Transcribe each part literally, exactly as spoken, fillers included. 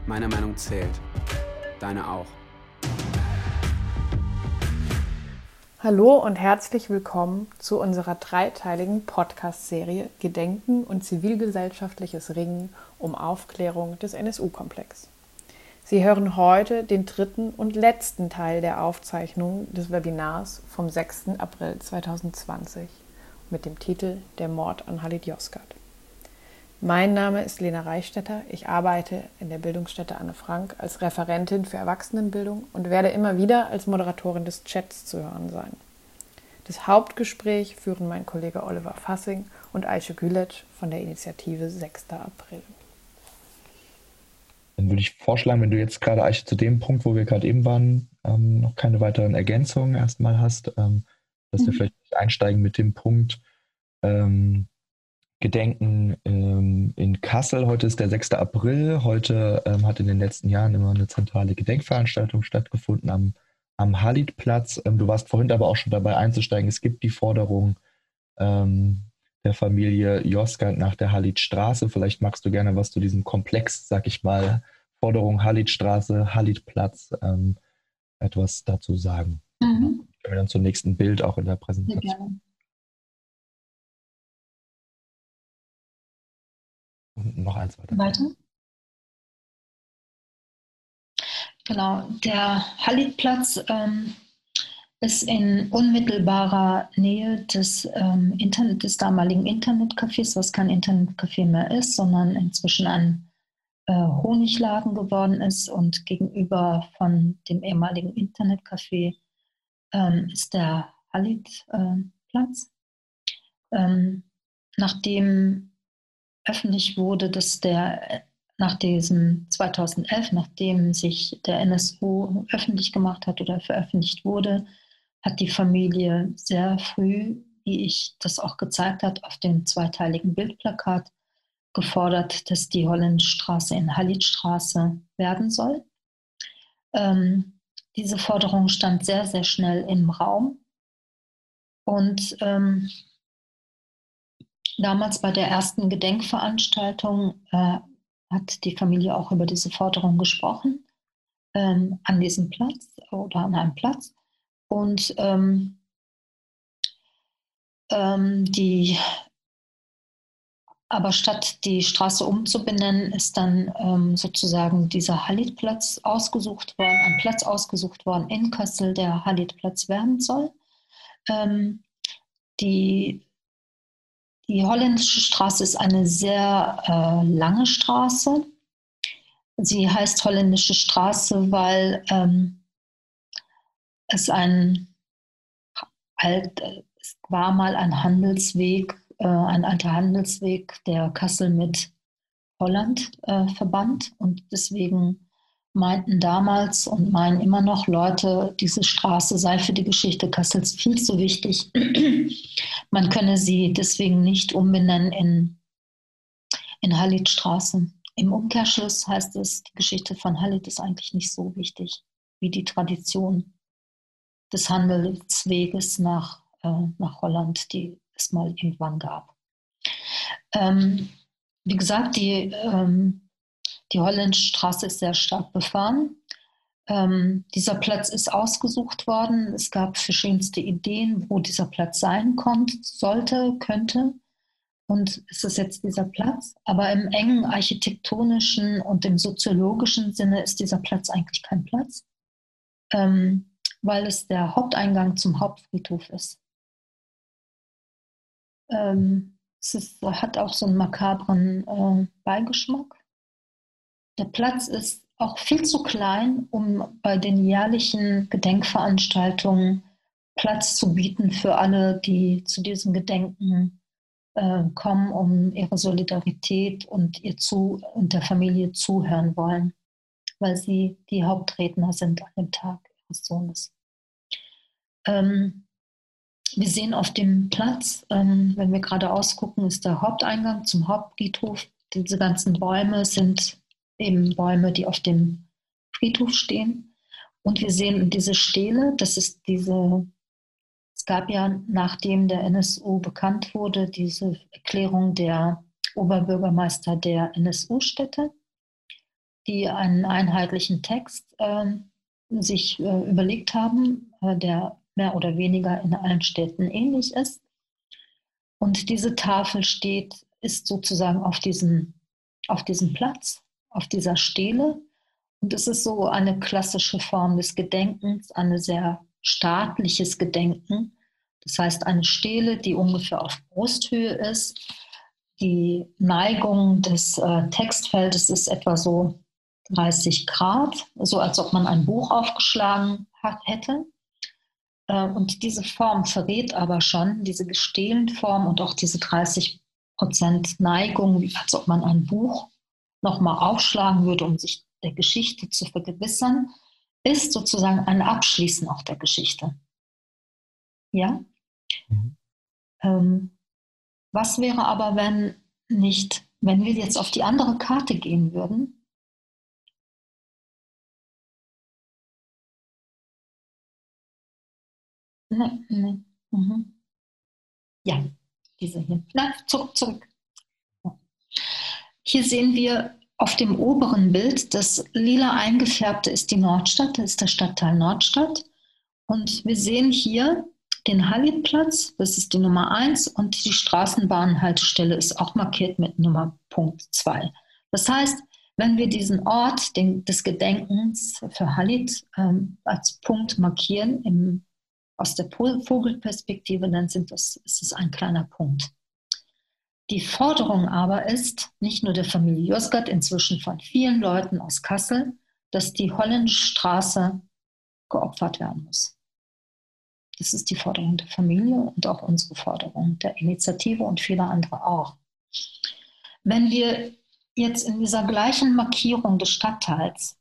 Meine Meinung zählt. Deine auch. Hallo und herzlich willkommen zu unserer dreiteiligen Podcast-Serie Gedenken und zivilgesellschaftliches Ringen um Aufklärung des N S U-Komplex. Sie hören heute den dritten und letzten Teil der Aufzeichnung des Webinars vom sechsten April zweitausendzwanzig mit dem Titel Der Mord an Halit Yozgat. Mein Name ist Lena Reichstetter, ich arbeite in der Bildungsstätte Anne Frank als Referentin für Erwachsenenbildung und werde immer wieder als Moderatorin des Chats zu hören sein. Das Hauptgespräch führen mein Kollege Oliver Fassing und Ayşe Güleç von der Initiative sechster April. Dann würde ich vorschlagen, wenn du jetzt gerade, Ayşe, zu dem Punkt, wo wir gerade eben waren, ähm, noch keine weiteren Ergänzungen erstmal hast, ähm, dass wir Mhm. vielleicht einsteigen mit dem Punkt ähm, Gedenken ähm, in Kassel. Heute ist der sechster April. Heute ähm, hat in den letzten Jahren immer eine zentrale Gedenkveranstaltung stattgefunden am, am Halitplatz. Ähm, du warst vorhin aber auch schon dabei einzusteigen. Es gibt die Forderung ähm, der Familie Yozgat nach der Halitstraße. Vielleicht magst du gerne was zu diesem Komplex, sag ich mal, Forderung Halitstraße, Halitplatz, ähm, etwas dazu sagen. Mhm. Können wir dann zum nächsten Bild auch in der Sehr Präsentation. gerne. Und noch eins weiter. Weiter? Genau, der Halitplatz ähm, ist in unmittelbarer Nähe des, ähm, Internet, des damaligen Internetcafés, was kein Internetcafé mehr ist, sondern inzwischen ein äh, Honigladen geworden ist. Und gegenüber von dem ehemaligen Internetcafé ähm, ist der Halitplatz. Ähm, nachdem öffentlich wurde, dass der nach diesem zweitausendelf, nachdem sich der N S U öffentlich gemacht hat oder veröffentlicht wurde, hat die Familie sehr früh, wie ich das auch gezeigt habe, auf dem zweiteiligen Bildplakat gefordert, dass die Hollenstraße in Halitstraße werden soll. Ähm, diese Forderung stand sehr, sehr schnell im Raum. Und ähm, damals bei der ersten Gedenkveranstaltung äh, hat die Familie auch über diese Forderung gesprochen, ähm, an diesem Platz oder an einem Platz. Und ähm, ähm, die, aber statt die Straße umzubenennen, ist dann ähm, sozusagen dieser Halitplatz ausgesucht worden, ein Platz ausgesucht worden in Kassel, der Halitplatz werden soll. Ähm, die Die holländische Straße ist eine sehr äh, lange Straße. Sie heißt holländische Straße, weil ähm, es ein alt, es war mal ein Handelsweg, äh, ein alter Handelsweg, der Kassel mit Holland äh, verband. Und deswegen meinten damals und meinen immer noch Leute, diese Straße sei für die Geschichte Kassels viel zu wichtig. Man könne sie deswegen nicht umbenennen in, in Halitstraße. Im Umkehrschluss heißt es, die Geschichte von Halit ist eigentlich nicht so wichtig wie die Tradition des Handelsweges nach, äh, nach Holland, die es mal irgendwann gab. Ähm, wie gesagt, die, ähm, die holländische Straße ist sehr stark befahren. Ähm, dieser Platz ist ausgesucht worden. Es gab verschiedenste Ideen, wo dieser Platz sein konnte, sollte, könnte. Und es ist jetzt dieser Platz. Aber im engen architektonischen und im soziologischen Sinne ist dieser Platz eigentlich kein Platz, ähm, weil es der Haupteingang zum Hauptfriedhof ist. Ähm, es ist, hat auch so einen makabren äh, Beigeschmack. Der Platz ist auch viel zu klein, um bei den jährlichen Gedenkveranstaltungen Platz zu bieten für alle, die zu diesem Gedenken äh, kommen, um ihre Solidarität und, ihr zu, und der Familie zuhören wollen, weil sie die Hauptredner sind an dem Tag ihres Sohnes. Ähm, wir sehen auf dem Platz, ähm, wenn wir geradeaus gucken, ist der Haupteingang zum Hauptfriedhof. Diese ganzen Bäume sind eben Bäume, die auf dem Friedhof stehen. Und wir sehen diese Stele, das ist diese, es gab ja, nachdem der N S U bekannt wurde, diese Erklärung der Oberbürgermeister der N S U-Städte, die einen einheitlichen Text äh, sich äh, überlegt haben, äh, der mehr oder weniger in allen Städten ähnlich ist. Und diese Tafel steht, ist sozusagen auf diesem, auf diesem Platz, auf dieser Stele. Und es ist so eine klassische Form des Gedenkens, ein sehr staatliches Gedenken. Das heißt, eine Stele, die ungefähr auf Brusthöhe ist. Die Neigung des äh, Textfeldes ist etwa so dreißig Grad, so als ob man ein Buch aufgeschlagen hat, hätte. Äh, und diese Form verrät aber schon, diese Stelenform und auch diese dreißig Prozent Neigung, als ob man ein Buch nochmal aufschlagen würde, um sich der Geschichte zu vergewissern, ist sozusagen ein Abschließen auch der Geschichte. Ja? Mhm. Ähm, was wäre aber, wenn nicht, wenn wir jetzt auf die andere Karte gehen würden? Nee, nee. Mhm. Ja, diese hier. Nein, zurück, zurück. Ja. Hier sehen wir auf dem oberen Bild, das lila eingefärbte ist die Nordstadt, das ist der Stadtteil Nordstadt. Und wir sehen hier den Hallitplatz, das ist die Nummer eins, und die Straßenbahnhaltestelle ist auch markiert mit Nummer Punkt zwei. Das heißt, wenn wir diesen Ort den, des Gedenkens für Hallit ähm, als Punkt markieren, im, aus der Vogelperspektive, dann sind das, ist es ein kleiner Punkt. Die Forderung aber ist, nicht nur der Familie Josgard, inzwischen von vielen Leuten aus Kassel, dass die holländische Straße geopfert werden muss. Das ist die Forderung der Familie und auch unsere Forderung der Initiative und viele andere auch. Wenn wir jetzt in dieser gleichen Markierung des Stadtteils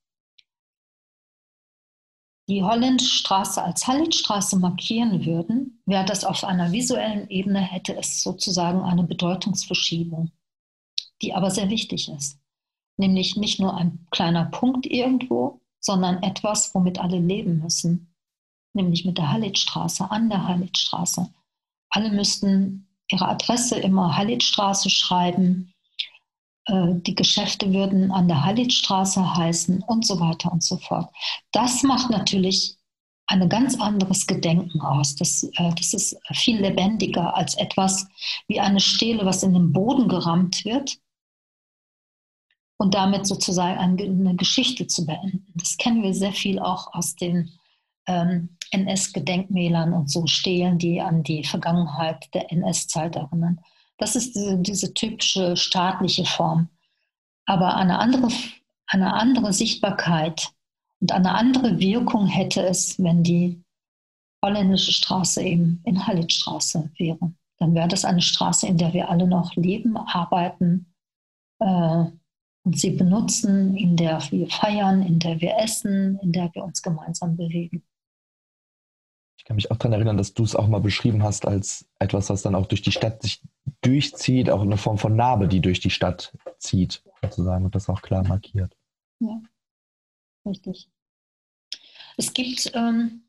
die holländische Straße als Hallitstraße markieren würden, wäre das auf einer visuellen Ebene, hätte es sozusagen eine Bedeutungsverschiebung, die aber sehr wichtig ist. Nämlich nicht nur ein kleiner Punkt irgendwo, sondern etwas, womit alle leben müssen. Nämlich mit der Hallitstraße, an der Hallitstraße. Alle müssten ihre Adresse immer Hallitstraße schreiben, äh, die Geschäfte würden an der Hallitstraße heißen und so weiter und so fort. Das macht natürlich ein ganz anderes Gedenken aus. Das, äh, das ist viel lebendiger als etwas wie eine Stele, was in den Boden gerammt wird und damit sozusagen eine Geschichte zu beenden. Das kennen wir sehr viel auch aus den ähm, N S-Gedenkmälern und so, Stelen, die an die Vergangenheit der N S-Zeit erinnern. Das ist diese, diese typische staatliche Form. Aber eine andere, eine andere Sichtbarkeit und eine andere Wirkung hätte es, wenn die holländische Straße eben in Hallitstraße wäre. Dann wäre das eine Straße, in der wir alle noch leben, arbeiten äh, und sie benutzen, in der wir feiern, in der wir essen, in der wir uns gemeinsam bewegen. Ich kann mich auch daran erinnern, dass du es auch mal beschrieben hast als etwas, was dann auch durch die Stadt sich durchzieht, auch eine Form von Narbe, die durch die Stadt zieht, sozusagen, und das auch klar markiert. Ja, richtig. Es gibt, ähm,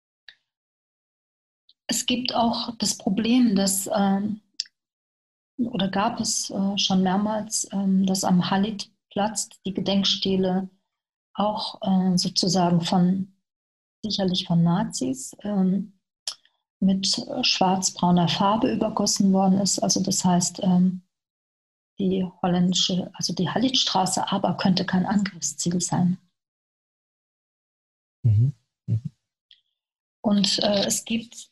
es gibt auch das Problem, dass, ähm, oder gab es äh, schon mehrmals, ähm, dass am Hallitplatz die Gedenkstele auch äh, sozusagen von sicherlich von Nazis, ähm, mit äh, schwarz-brauner Farbe übergossen worden ist. Also das heißt, ähm, die holländische, also die Hallitstraße aber könnte kein Angriffsziel sein. Mhm. Mhm. Und äh, es gibt,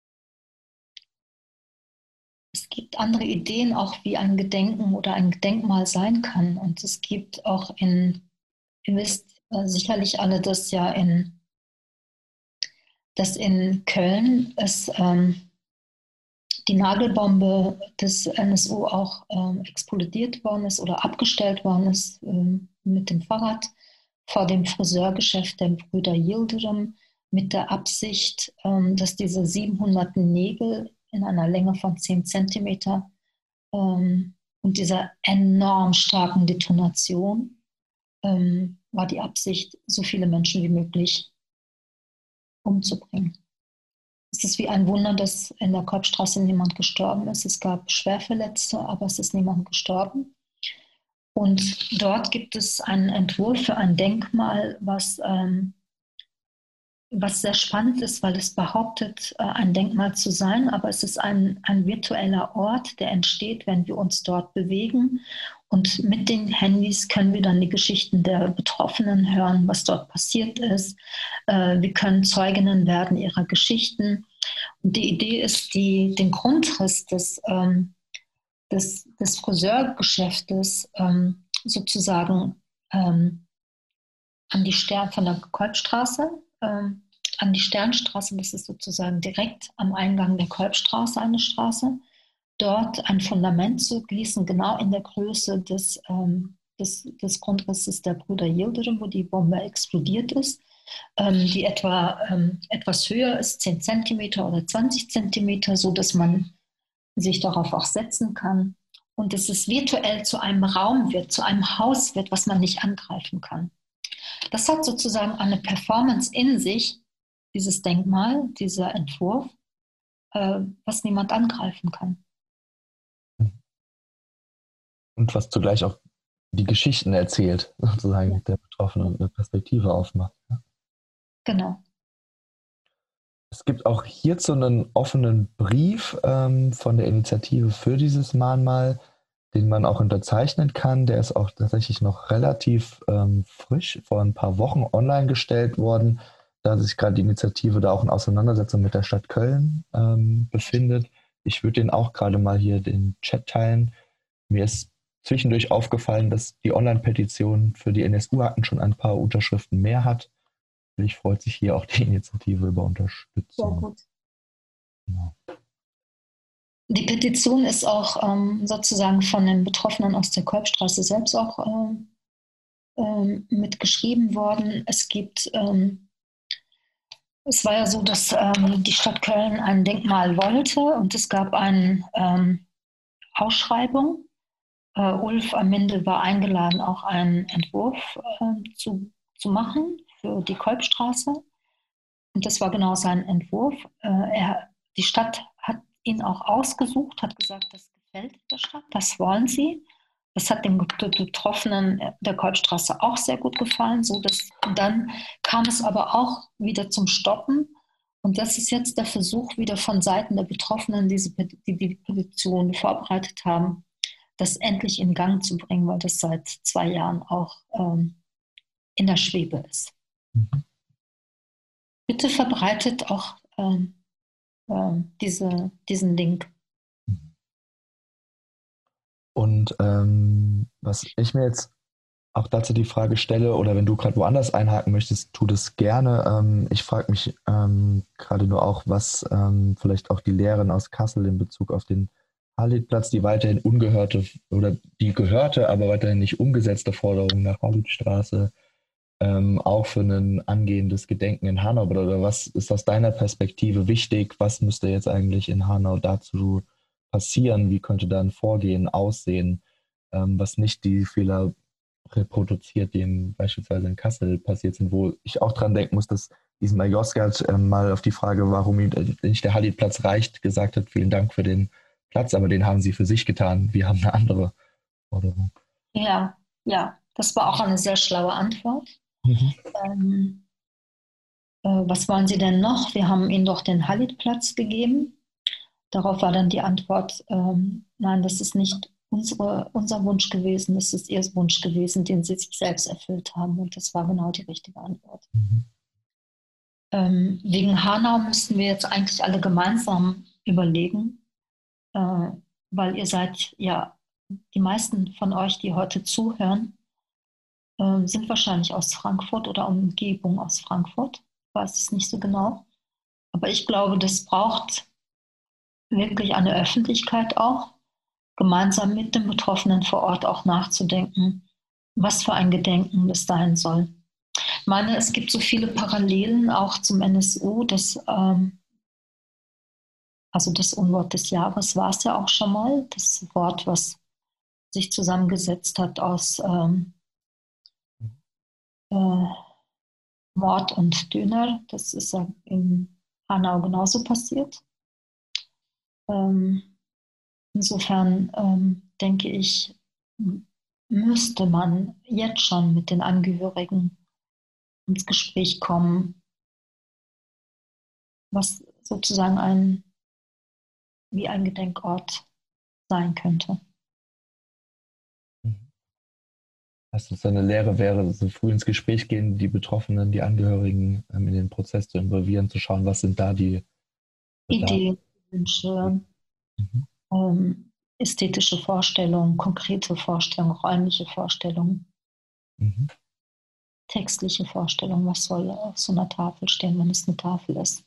es gibt andere Ideen auch, wie ein Gedenken oder ein Gedenkmal sein kann. Und es gibt auch in, ihr wisst äh, sicherlich alle, dass ja in dass in Köln es ähm, die Nagelbombe des N S U auch ähm, explodiert worden ist oder abgestellt worden ist ähm, mit dem Fahrrad vor dem Friseurgeschäft der Brüder Yildirim mit der Absicht, ähm, dass diese siebenhundert Nägel in einer Länge von zehn Zentimeter ähm, und dieser enorm starken Detonation ähm, war die Absicht, so viele Menschen wie möglich umzubringen. Es ist wie ein Wunder, dass in der Kolbstraße niemand gestorben ist. Es gab Schwerverletzte, aber es ist niemand gestorben. Und dort gibt es einen Entwurf für ein Denkmal, was, ähm, was sehr spannend ist, weil es behauptet, äh, ein Denkmal zu sein, aber es ist ein, ein virtueller Ort, der entsteht, wenn wir uns dort bewegen. Und mit den Handys können wir dann die Geschichten der Betroffenen hören, was dort passiert ist. Äh, wir können Zeuginnen werden ihrer Geschichten. Und die Idee ist, die, den Grundriss des, ähm, des, des Friseurgeschäftes ähm, sozusagen ähm, an die Stern von der Kolbstraße, ähm, an die Sternstraße, das ist sozusagen direkt am Eingang der Kolbstraße eine Straße, dort ein Fundament zu gießen, genau in der Größe des, ähm, des, des Grundrisses der Brüder Yildirim, wo die Bombe explodiert ist, ähm, die etwa ähm, etwas höher ist, zehn Zentimeter oder zwanzig Zentimeter, so dass man sich darauf auch setzen kann. Und dass es virtuell zu einem Raum wird, zu einem Haus wird, was man nicht angreifen kann. Das hat sozusagen eine Performance in sich, dieses Denkmal, dieser Entwurf, äh, was niemand angreifen kann. Und was zugleich auch die Geschichten erzählt, sozusagen Ja. der Betroffenen eine Perspektive aufmacht. Ja. Genau. Es gibt auch hierzu einen offenen Brief ähm, von der Initiative für dieses Mahnmal, den man auch unterzeichnen kann. Der ist auch tatsächlich noch relativ ähm, frisch, vor ein paar Wochen online gestellt worden, da sich gerade die Initiative da auch in Auseinandersetzung mit der Stadt Köln ähm, befindet. Ich würde den auch gerade mal hier den Chat teilen. Mir ist zwischendurch aufgefallen, dass die Online-Petition für die N S U-Akten schon ein paar Unterschriften mehr hat. Natürlich freut sich hier auch die Initiative über Sehr Unterstützung. gut. Genau. Die Petition ist auch ähm, sozusagen von den Betroffenen aus der Kolbstraße selbst auch ähm, ähm, mitgeschrieben worden. Es gibt, ähm, es war ja so, dass ähm, die Stadt Köln ein Denkmal wollte und es gab eine ähm, Ausschreibung. Äh, Ulf Amindel war eingeladen, auch einen Entwurf äh, zu, zu machen für die Kolbstraße. Und das war genau sein Entwurf. Äh, er, die Stadt hat ihn auch ausgesucht, hat gesagt, das gefällt der Stadt, das wollen sie. Das hat den Betroffenen der Kolbstraße auch sehr gut gefallen. So dass, und dann kam es aber auch wieder zum Stoppen. Und das ist jetzt der Versuch wieder von Seiten der Betroffenen, diese, die die Petition vorbereitet haben, das endlich in Gang zu bringen, weil das seit zwei Jahren auch ähm, in der Schwebe ist. Mhm. Bitte verbreitet auch ähm, ähm, diese, diesen Link. Und ähm, was ich mir jetzt auch dazu die Frage stelle, oder wenn du gerade woanders einhaken möchtest, tu das gerne. Ähm, ich frage mich ähm, gerade nur auch, was ähm, vielleicht auch die Lehren aus Kassel in Bezug auf den Halitplatz, die weiterhin ungehörte oder die gehörte, aber weiterhin nicht umgesetzte Forderung nach Halitstraße, ähm, auch für ein angehendes Gedenken in Hanau, oder was ist aus deiner Perspektive wichtig? Was müsste jetzt eigentlich in Hanau dazu passieren? Wie könnte da ein Vorgehen aussehen, ähm, was nicht die Fehler reproduziert, die in, beispielsweise in Kassel passiert sind, wo ich auch dran denken muss, dass diesen Majorskert ähm, mal auf die Frage, warum ihm nicht der Halitplatz reicht, gesagt hat, vielen Dank für den Platz, aber den haben sie für sich getan. Wir haben eine andere Forderung. Ja, ja, das war auch eine sehr schlaue Antwort. Mhm. Ähm, äh, was wollen Sie denn noch? Wir haben Ihnen doch den Halitplatz gegeben. Darauf war dann die Antwort, ähm, nein, das ist nicht unsere, unser Wunsch gewesen, das ist Ihr Wunsch gewesen, den Sie sich selbst erfüllt haben. Und das war genau die richtige Antwort. Mhm. Ähm, wegen Hanau müssten wir jetzt eigentlich alle gemeinsam überlegen, äh, weil ihr seid ja, die meisten von euch, die heute zuhören, äh, sind wahrscheinlich aus Frankfurt oder Umgebung aus Frankfurt. Ich weiß es nicht so genau. Aber ich glaube, das braucht wirklich eine Öffentlichkeit auch, gemeinsam mit den Betroffenen vor Ort auch nachzudenken, was für ein Gedenken das sein soll. Ich meine, es gibt so viele Parallelen auch zum N S U, dass, ähm, also das Unwort des Jahres war es ja auch schon mal, das Wort, was sich zusammengesetzt hat aus ähm, äh, Mord und Döner. Das ist ja in Hanau genauso passiert. Ähm, insofern ähm, denke ich, müsste man jetzt schon mit den Angehörigen ins Gespräch kommen, was sozusagen ein, wie ein Gedenkort sein könnte. Dass es eine Lehre wäre, so früh ins Gespräch gehen, die Betroffenen, die Angehörigen ähm, in den Prozess zu involvieren, zu schauen, was sind da die Bedarfe. Ideen, Wünsche, Mhm. ähm, ästhetische Vorstellungen, konkrete Vorstellungen, räumliche Vorstellungen, Mhm. textliche Vorstellungen, was soll auf so einer Tafel stehen, wenn es eine Tafel ist.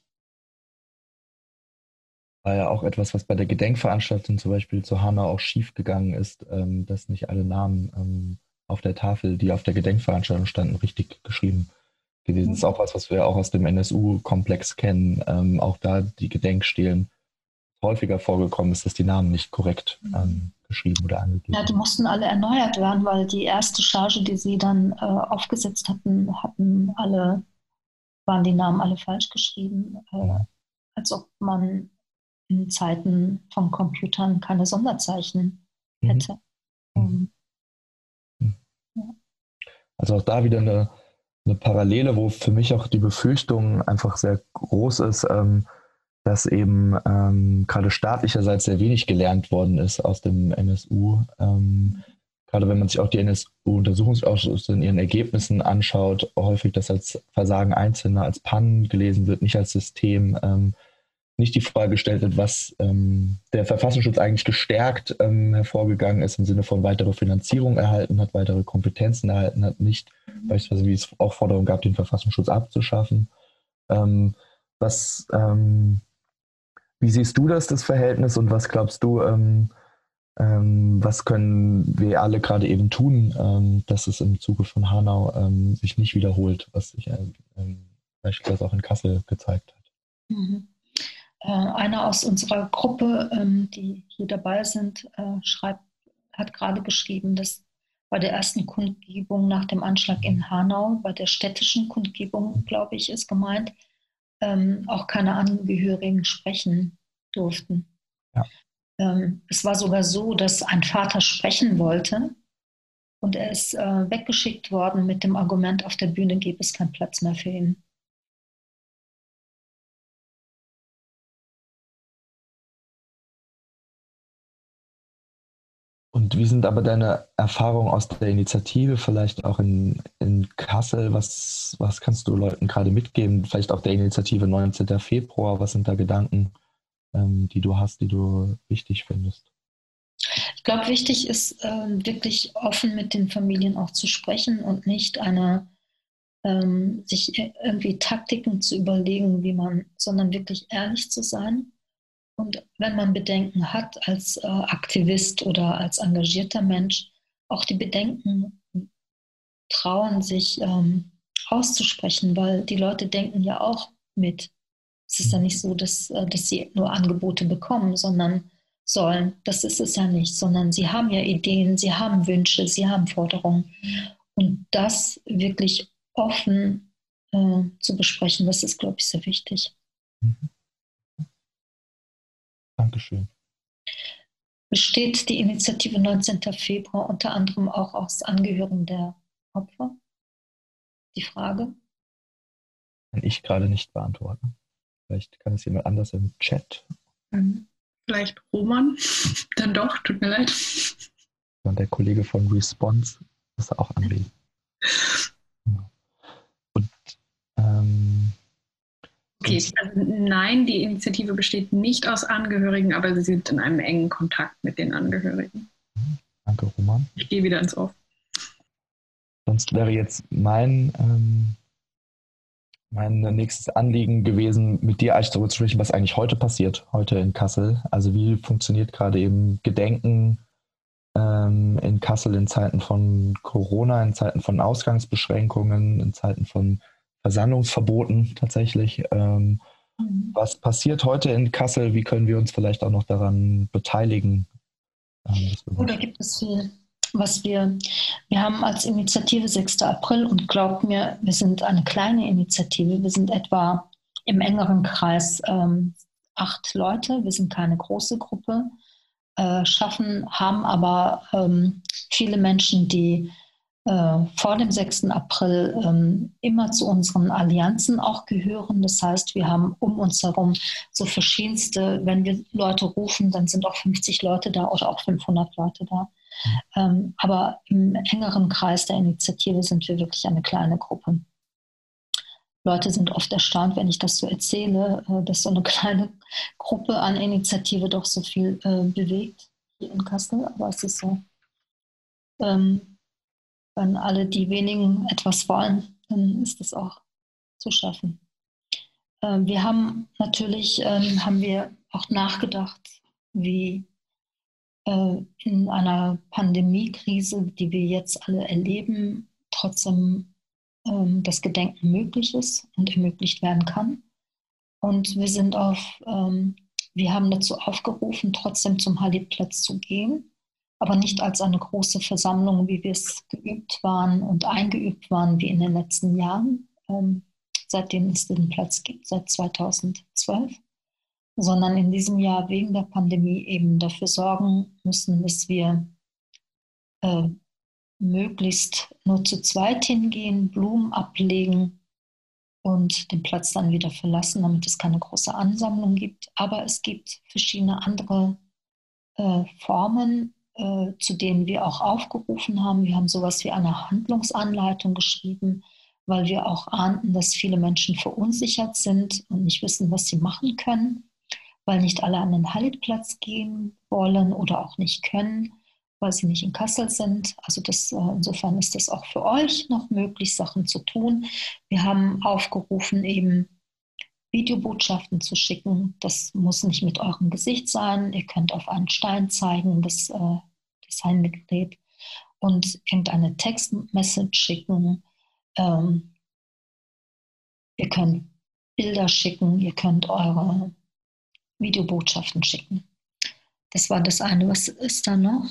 War ja auch etwas, was bei der Gedenkveranstaltung zum Beispiel zu Hanau auch schiefgegangen ist, ähm, dass nicht alle Namen ähm, auf der Tafel, die auf der Gedenkveranstaltung standen, richtig geschrieben gewesen. Das ist Mhm. auch was, was wir auch aus dem N S U-Komplex kennen. Ähm, auch da die Gedenkstelen häufiger vorgekommen ist, dass die Namen nicht korrekt ähm, geschrieben oder angegeben Ja, die sind. mussten alle erneuert werden, weil die erste Charge, die sie dann äh, aufgesetzt hatten, hatten alle, waren die Namen alle falsch geschrieben, äh, Mhm. als ob man in Zeiten von Computern keine Sonderzeichen Mhm. hätte. Mhm. Um, Mhm. ja. Also auch da wieder eine, eine Parallele, wo für mich auch die Befürchtung einfach sehr groß ist, ähm, dass eben ähm, gerade staatlicherseits sehr wenig gelernt worden ist aus dem N S U. Ähm, gerade wenn man sich auch die N S U-Untersuchungsausschüsse in ihren Ergebnissen anschaut, häufig das als Versagen Einzelner, als Pannen gelesen wird, nicht als System. Ähm, nicht die Frage gestellt wird, was ähm, der Verfassungsschutz eigentlich gestärkt ähm, hervorgegangen ist, im Sinne von weitere Finanzierung erhalten hat, weitere Kompetenzen erhalten hat, nicht beispielsweise, wie es auch Forderungen gab, den Verfassungsschutz abzuschaffen. Ähm, was, ähm, wie siehst du das, das Verhältnis, und was glaubst du, ähm, ähm, was können wir alle gerade eben tun, ähm, dass es im Zuge von Hanau ähm, sich nicht wiederholt, was sich ähm, beispielsweise auch in Kassel gezeigt hat? Mhm. Äh, einer aus unserer Gruppe, ähm, die hier dabei sind, äh, schreibt, hat gerade geschrieben, dass bei der ersten Kundgebung nach dem Anschlag in Hanau, bei der städtischen Kundgebung, glaube ich, ist gemeint, ähm, auch keine Angehörigen sprechen durften. Ja. Ähm, es war sogar so, dass ein Vater sprechen wollte und er ist äh, weggeschickt worden mit dem Argument, auf der Bühne gäbe es keinen Platz mehr für ihn. Und wie sind aber deine Erfahrungen aus der Initiative, vielleicht auch in, in Kassel? Was, was kannst du Leuten gerade mitgeben? Vielleicht auch der Initiative neunzehnten Februar. Was sind da Gedanken, ähm, die du hast, die du wichtig findest? Ich glaube, wichtig ist, ähm, wirklich offen mit den Familien auch zu sprechen und nicht eine, ähm, sich irgendwie Taktiken zu überlegen, wie man, sondern wirklich ehrlich zu sein. Und wenn man Bedenken hat als äh, Aktivist oder als engagierter Mensch, auch die Bedenken trauen, sich ähm, auszusprechen, weil die Leute denken ja auch mit. Es ist ja nicht so, dass, äh, dass sie nur Angebote bekommen, sondern sollen. Das ist es ja nicht, sondern sie haben ja Ideen, sie haben Wünsche, sie haben Forderungen. Und das wirklich offen äh, zu besprechen, das ist, glaube ich, sehr wichtig. Mhm. Dankeschön. Besteht die Initiative neunzehnten Februar unter anderem auch aus Angehörigen der Opfer? Die Frage. Kann ich gerade nicht beantworten. Vielleicht kann es jemand anders im Chat. Ähm, Vielleicht Roman? Dann doch, tut mir leid. Und der Kollege von Response ist auch anwesend. Und ähm, Okay, also nein, die Initiative besteht nicht aus Angehörigen, aber sie sind in einem engen Kontakt mit den Angehörigen. danke, Roman. Ich gehe wieder ins Off. Sonst wäre jetzt mein, ähm, mein nächstes Anliegen gewesen, mit dir eigentlich darüber zu sprechen, was eigentlich heute passiert, heute in Kassel. Also wie funktioniert gerade eben Gedenken ähm, in Kassel in Zeiten von Corona, in Zeiten von Ausgangsbeschränkungen, in Zeiten von Versammlungsverboten tatsächlich. Ähm, Mhm. was passiert heute in Kassel? Wie können wir uns vielleicht auch noch daran beteiligen? Ähm, das Oh, da gibt es viel, was wir, wir haben als Initiative sechsten April und glaubt mir, wir sind eine kleine Initiative. Wir sind etwa im engeren Kreis ähm, acht Leute. Wir sind keine große Gruppe. äh, schaffen, haben aber ähm, viele Menschen, die äh, vor dem sechsten April ähm, immer zu unseren Allianzen auch gehören. Das heißt, wir haben um uns herum so verschiedenste, wenn wir Leute rufen, dann sind auch fünfzig Leute da oder auch fünfhundert Leute da. Ähm, aber im engeren Kreis der Initiative sind wir wirklich eine kleine Gruppe. Leute sind oft erstaunt, wenn ich das so erzähle, äh, dass so eine kleine Gruppe an Initiative doch so viel äh, bewegt hier in Kassel. Aber es ist so, ähm, wenn alle die wenigen etwas wollen, dann ist das auch zu schaffen. Ähm, wir haben natürlich, ähm, haben wir auch nachgedacht, wie äh, in einer Pandemiekrise, die wir jetzt alle erleben, trotzdem ähm, das Gedenken möglich ist und ermöglicht werden kann. Und wir sind auf, ähm, wir haben dazu aufgerufen, trotzdem zum Halidplatz zu gehen, aber nicht als eine große Versammlung, wie wir es geübt waren und eingeübt waren wie in den letzten Jahren, ähm, seitdem es den Platz gibt, seit zweitausendzwölf, sondern in diesem Jahr wegen der Pandemie eben dafür sorgen müssen, dass wir äh, möglichst nur zu zweit hingehen, Blumen ablegen und den Platz dann wieder verlassen, damit es keine große Ansammlung gibt. Aber es gibt verschiedene andere äh, Formen, äh, zu denen wir auch aufgerufen haben. Wir haben sowas wie eine Handlungsanleitung geschrieben, weil wir auch ahnten, dass viele Menschen verunsichert sind und nicht wissen, was sie machen können, weil nicht alle an den Halidplatz gehen wollen oder auch nicht können, weil sie nicht in Kassel sind. Also das, insofern ist das auch für euch noch möglich, Sachen zu tun. Wir haben aufgerufen, eben Videobotschaften zu schicken. Das muss nicht mit eurem Gesicht sein. Ihr könnt auf einen Stein zeigen, das, das Handygerät, und irgendeine Textmessage schicken. Ähm, ihr könnt Bilder schicken, ihr könnt eure Videobotschaften schicken. Das war das eine. Was ist da noch?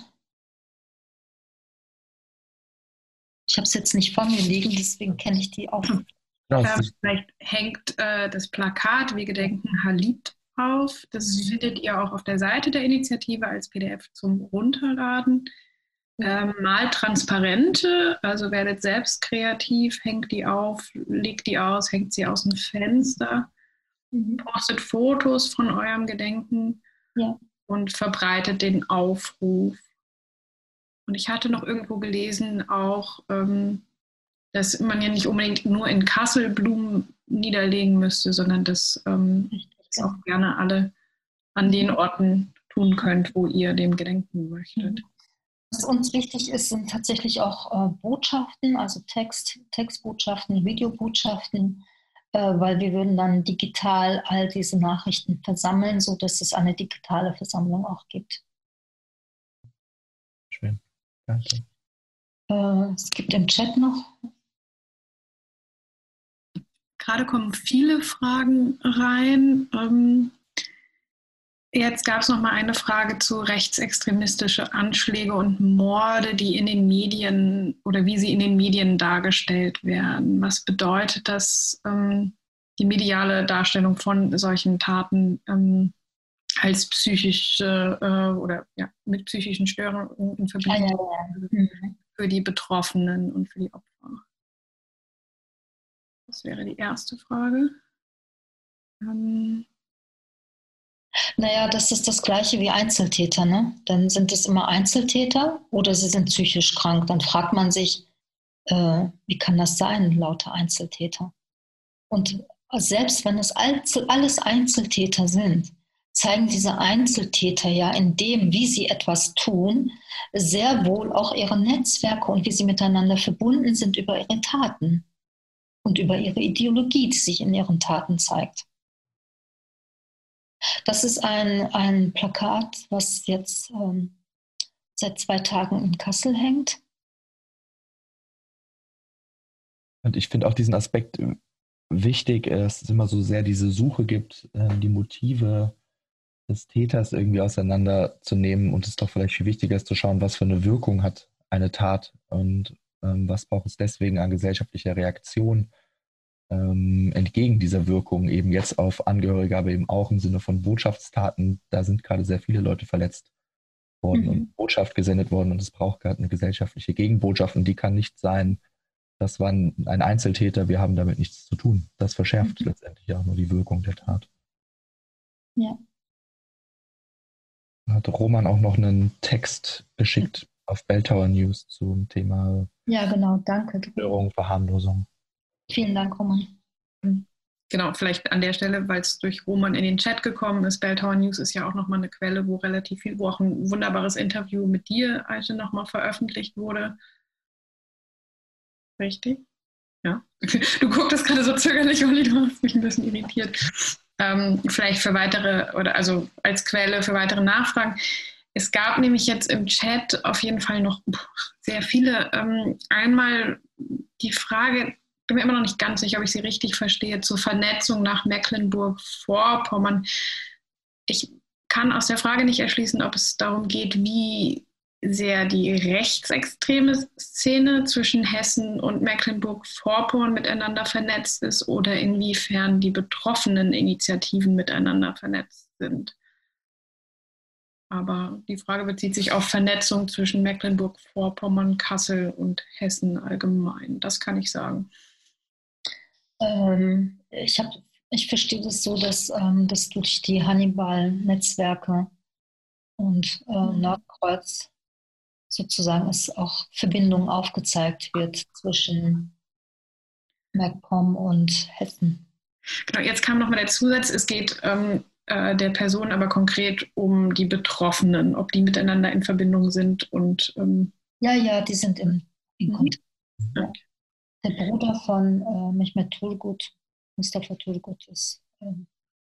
Ich habe es jetzt nicht vor mir liegen, deswegen kenne ich die auch. Ja, vielleicht hängt äh, das Plakat Wir gedenken Halid auf. Das findet ihr auch auf der Seite der Initiative als P D F zum Runterladen. Ähm, malt Transparente, also werdet selbst kreativ, hängt die auf, legt die aus, hängt sie aus dem Fenster, mhm. postet Fotos von eurem Gedenken, ja. und verbreitet den Aufruf. Und ich hatte noch irgendwo gelesen, auch, ähm, dass man ja nicht unbedingt nur in Kassel Blumen niederlegen müsste, sondern dass ähm, das auch gerne alle an den Orten tun könnt, wo ihr dem gedenken möchtet. Was uns wichtig ist, sind tatsächlich auch äh, Botschaften, also Text, Textbotschaften, Videobotschaften, äh, weil wir würden dann digital all diese Nachrichten versammeln, sodass es eine digitale Versammlung auch gibt. Schön, danke. Äh, es gibt im Chat noch. Gerade kommen viele Fragen rein. Ähm, jetzt gab es noch mal eine Frage zu rechtsextremistische Anschläge und Morde, die in den Medien oder wie sie in den Medien dargestellt werden. Was bedeutet das, ähm, die mediale Darstellung von solchen Taten ähm, als psychische äh, oder ja, mit psychischen Störungen in Verbindung ja, ja, ja. für die Betroffenen und für die Opfer? Das wäre die erste Frage. Ähm Naja, das ist das Gleiche wie Einzeltäter, ne? Dann sind es immer Einzeltäter oder sie sind psychisch krank. Dann fragt man sich, äh, wie kann das sein, lauter Einzeltäter? Und selbst wenn es alles Einzeltäter sind, zeigen diese Einzeltäter ja in dem, wie sie etwas tun, sehr wohl auch ihre Netzwerke und wie sie miteinander verbunden sind über ihre Taten und über ihre Ideologie, die sich in ihren Taten zeigt. Das ist ein, ein Plakat, was jetzt ähm, seit zwei Tagen in Kassel hängt. Und ich finde auch diesen Aspekt wichtig, dass es immer so sehr diese Suche gibt, die Motive des Täters irgendwie auseinanderzunehmen, und es doch vielleicht viel wichtiger ist zu schauen, was für eine Wirkung hat eine Tat und ähm, was braucht es deswegen an gesellschaftlicher Reaktion ähm, entgegen dieser Wirkung, eben jetzt auf Angehörige, aber eben auch im Sinne von Botschaftstaten. Da sind gerade sehr viele Leute verletzt. worden Mhm. und Botschaft gesendet worden und es braucht gerade eine gesellschaftliche Gegenbotschaft und die kann nicht sein, das war ein, ein Einzeltäter, wir haben damit nichts zu tun. Das verschärft Mhm. letztendlich auch nur die Wirkung der Tat. Ja. Hat Roman auch noch einen Text geschickt auf Belltower News zum Thema Ja, genau, danke. Störung, Verharmlosung. Vielen Dank, Roman. Genau, vielleicht an der Stelle, weil es durch Roman in den Chat gekommen ist. Belltower News ist ja auch nochmal eine Quelle, wo relativ viel, wo auch ein wunderbares Interview mit dir, Aische, nochmal veröffentlicht wurde. Richtig? Ja. Du guckst gerade so zögerlich, Olli, du hast mich ein bisschen irritiert. Ähm, vielleicht für weitere, oder also als Quelle für weitere Nachfragen. Es gab nämlich jetzt im Chat auf jeden Fall noch sehr viele. Ähm, einmal die Frage, bin mir immer noch nicht ganz sicher, ob ich sie richtig verstehe, zur Vernetzung nach Mecklenburg-Vorpommern. Ich kann aus der Frage nicht erschließen, ob es darum geht, wie sehr die rechtsextreme Szene zwischen Hessen und Mecklenburg-Vorpommern miteinander vernetzt ist oder inwiefern die betroffenen Initiativen miteinander vernetzt sind. Aber die Frage bezieht sich auf Vernetzung zwischen Mecklenburg-Vorpommern, Kassel und Hessen allgemein. Das kann ich sagen. Ähm, ich, hab, ich verstehe das so, dass, ähm, dass durch die Hannibal-Netzwerke und äh, Nordkreuz sozusagen es auch Verbindung aufgezeigt wird zwischen MacPom und Hessen. Genau, jetzt kam nochmal der Zusatz, es geht ähm, äh, der Person aber konkret um die Betroffenen, ob die miteinander in Verbindung sind und ähm, Ja, ja, die sind im, in Mhm. Kontakt. Ja. Okay. Der Bruder von äh, Mehmet Turgut, Mustafa Turgut, ist, ähm,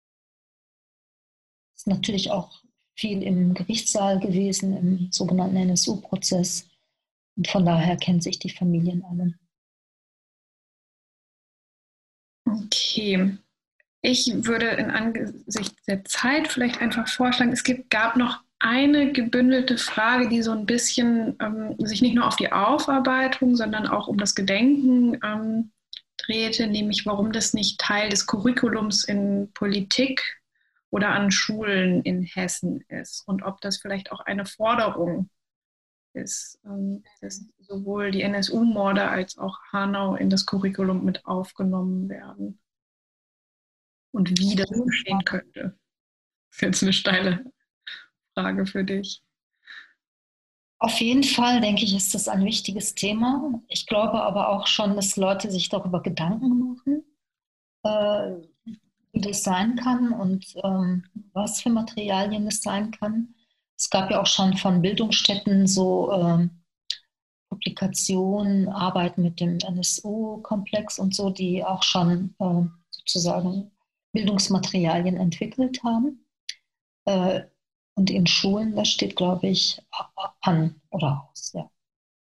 ist natürlich auch viel im Gerichtssaal gewesen, im sogenannten N S U-Prozess. Und von daher kennen sich die Familien alle. Okay. Ich würde in Angesicht der Zeit vielleicht einfach vorschlagen, es gibt, gab noch eine gebündelte Frage, die so ein bisschen ähm, sich nicht nur auf die Aufarbeitung, sondern auch um das Gedenken ähm, drehte, nämlich warum das nicht Teil des Curriculums in Politik oder an Schulen in Hessen ist und ob das vielleicht auch eine Forderung ist, ähm, dass sowohl die N S U-Morde als auch Hanau in das Curriculum mit aufgenommen werden. Und wie das geschehen könnte. Das ist jetzt eine steile Frage für dich. Auf jeden Fall, denke ich, ist das ein wichtiges Thema. Ich glaube aber auch schon, dass Leute sich darüber Gedanken machen, äh, wie das sein kann und ähm, was für Materialien es sein kann. Es gab ja auch schon von Bildungsstätten so ähm, Publikationen, Arbeiten mit dem N S U-Komplex und so, die auch schon äh, sozusagen Bildungsmaterialien entwickelt haben. Äh, und in Schulen, das steht, glaube ich, an oder aus. Ja.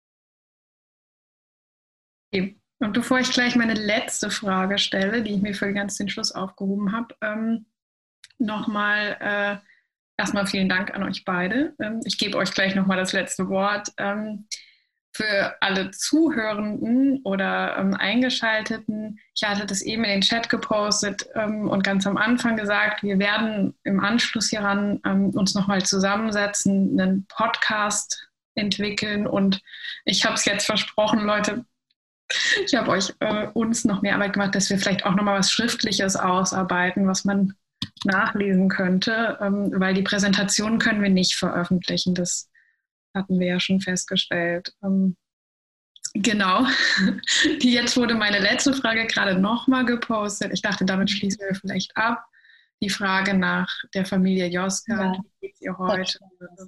Okay. Und bevor ich gleich meine letzte Frage stelle, die ich mir für ganz den Schluss aufgehoben habe, ähm, nochmal äh, erstmal vielen Dank an euch beide. Ähm, ich gebe euch gleich nochmal das letzte Wort. Ähm, für alle Zuhörenden oder ähm, Eingeschalteten, ich hatte das eben in den Chat gepostet ähm, und ganz am Anfang gesagt, wir werden im Anschluss hieran ähm, uns nochmal zusammensetzen, einen Podcast entwickeln und ich habe es jetzt versprochen, Leute, ich habe euch äh, uns noch mehr Arbeit gemacht, dass wir vielleicht auch nochmal was Schriftliches ausarbeiten, was man nachlesen könnte, ähm, weil die Präsentation können wir nicht veröffentlichen, das hatten wir ja schon festgestellt. Ähm, genau. Die jetzt wurde meine letzte Frage gerade nochmal gepostet. Ich dachte, damit schließen wir vielleicht ab. Die Frage nach der Familie Josgat. Ja. Wie geht es ihr heute?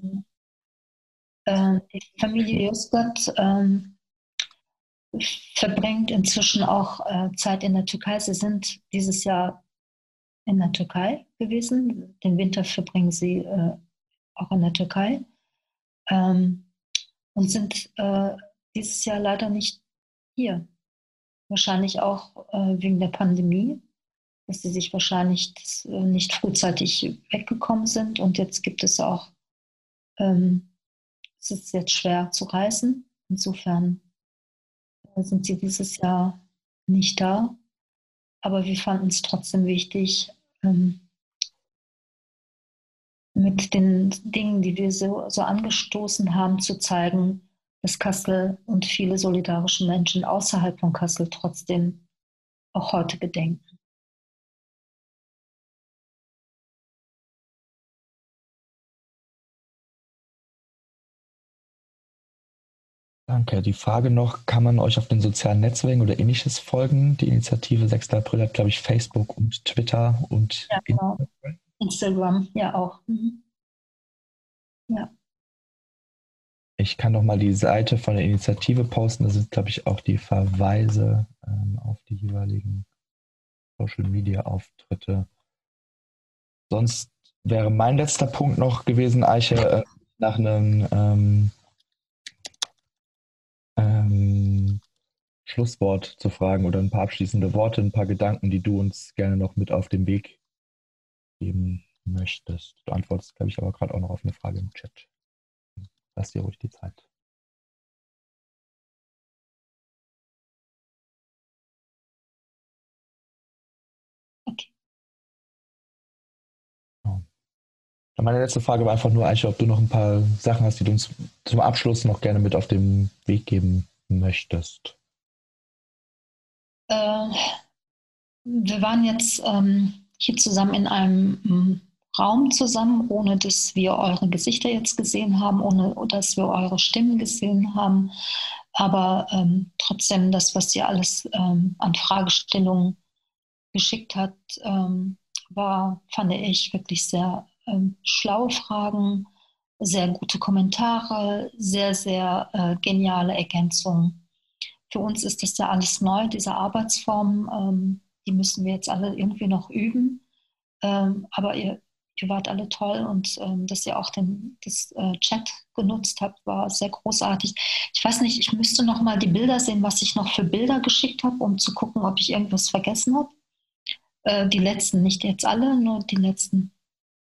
Äh, die Familie Josgat ähm, verbringt inzwischen auch äh, Zeit in der Türkei. Sie sind dieses Jahr in der Türkei gewesen. Den Winter verbringen sie äh, auch in der Türkei. Ähm, und sind äh, dieses Jahr leider nicht hier. Wahrscheinlich auch äh, wegen der Pandemie, dass sie sich wahrscheinlich das, äh, nicht frühzeitig weggekommen sind. Und jetzt gibt es auch, ähm, es ist jetzt schwer zu reisen. Insofern äh, sind sie dieses Jahr nicht da. Aber wir fanden es trotzdem wichtig, ähm, mit den Dingen, die wir so, so angestoßen haben, zu zeigen, dass Kassel und viele solidarische Menschen außerhalb von Kassel trotzdem auch heute gedenken. Danke. Die Frage noch, kann man euch auf den sozialen Netzwerken oder ähnliches folgen? Die Initiative sechster April hat, glaube ich, Facebook und Twitter und Ja, genau. Instagram. Instagram, ja auch. Mhm. Ja. Ich kann noch mal die Seite von der Initiative posten. Da sind, glaube ich, auch die Verweise ähm, auf die jeweiligen Social-Media-Auftritte. Sonst wäre mein letzter Punkt noch gewesen, Eiche, äh, nach einem ähm, ähm, Schlusswort zu fragen oder ein paar abschließende Worte, ein paar Gedanken, die du uns gerne noch mit auf den Weg geben möchtest. Du antwortest, glaube ich, aber gerade auch noch auf eine Frage im Chat. Lass dir ruhig die Zeit. Okay. Meine letzte Frage war einfach nur, Eiche, ob du noch ein paar Sachen hast, die du uns zum Abschluss noch gerne mit auf den Weg geben möchtest. Äh, wir waren jetzt ähm, hier zusammen in einem ähm, Raum zusammen, ohne dass wir eure Gesichter jetzt gesehen haben, ohne dass wir eure Stimmen gesehen haben. Aber ähm, trotzdem das, was ihr alles ähm, an Fragestellungen geschickt hat, ähm, war, fand ich, wirklich sehr ähm, schlaue Fragen, sehr gute Kommentare, sehr, sehr äh, geniale Ergänzungen. Für uns ist das ja alles neu, diese Arbeitsform, ähm, die müssen wir jetzt alle irgendwie noch üben. Ähm, aber ihr, ihr wart alle toll und ähm, dass ihr auch den das, äh, Chat genutzt habt, war sehr großartig. Ich weiß nicht, ich müsste noch mal die Bilder sehen, was ich noch für Bilder geschickt habe, um zu gucken, ob ich irgendwas vergessen habe. Äh, die letzten, nicht jetzt alle, nur die letzten.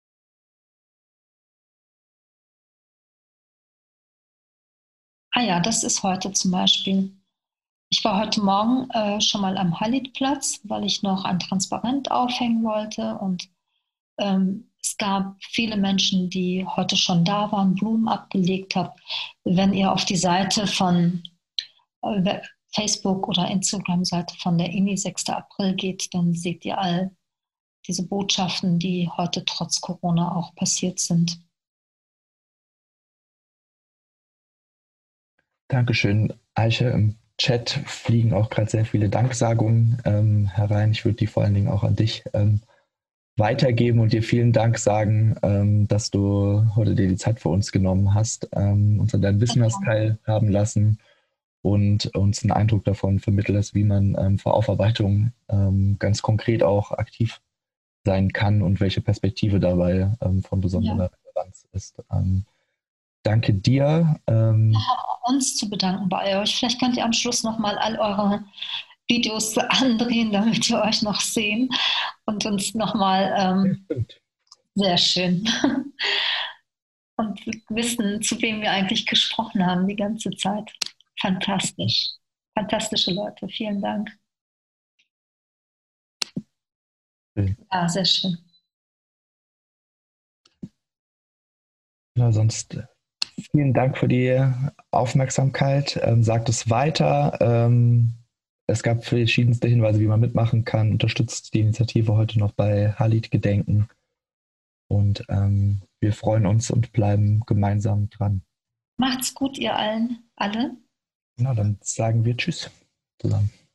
Ah ja, das ist heute zum Beispiel. Ich war heute Morgen äh, schon mal am Halidplatz, weil ich noch ein Transparent aufhängen wollte. Und ähm, es gab viele Menschen, die heute schon da waren, Blumen abgelegt haben. Wenn ihr auf die Seite von äh, Facebook oder Instagram-Seite von der I N I sechster April geht, dann seht ihr all diese Botschaften, die heute trotz Corona auch passiert sind. Dankeschön, Eiche. Im Chat fliegen auch gerade sehr viele Danksagungen ähm, herein. Ich würde die vor allen Dingen auch an dich ähm, weitergeben und dir vielen Dank sagen, ähm, dass du heute dir die Zeit für uns genommen hast, ähm, uns an deinem Wissen hast teilhaben lassen und uns einen Eindruck davon vermittelt hast, wie man ähm, vor Aufarbeitung ähm, ganz konkret auch aktiv sein kann und welche Perspektive dabei ähm, von besonderer ja. Relevanz ist. Ähm, danke dir. Ähm, Wir haben uns zu bedanken bei euch. Vielleicht könnt ihr am Schluss nochmal all eure Videos andrehen, damit wir euch noch sehen und uns nochmal ähm, ja, sehr schön und wissen, zu wem wir eigentlich gesprochen haben die ganze Zeit. Fantastisch. Fantastische Leute. Vielen Dank. schön. Ja, sehr schön. Ja, sonst vielen Dank für die Aufmerksamkeit. Ähm, sagt es weiter. Ähm, es gab verschiedenste Hinweise, wie man mitmachen kann. Unterstützt die Initiative heute noch bei Halid Gedenken. Und ähm, wir freuen uns und bleiben gemeinsam dran. Macht's gut, ihr allen, alle. Na, dann sagen wir Tschüss zusammen.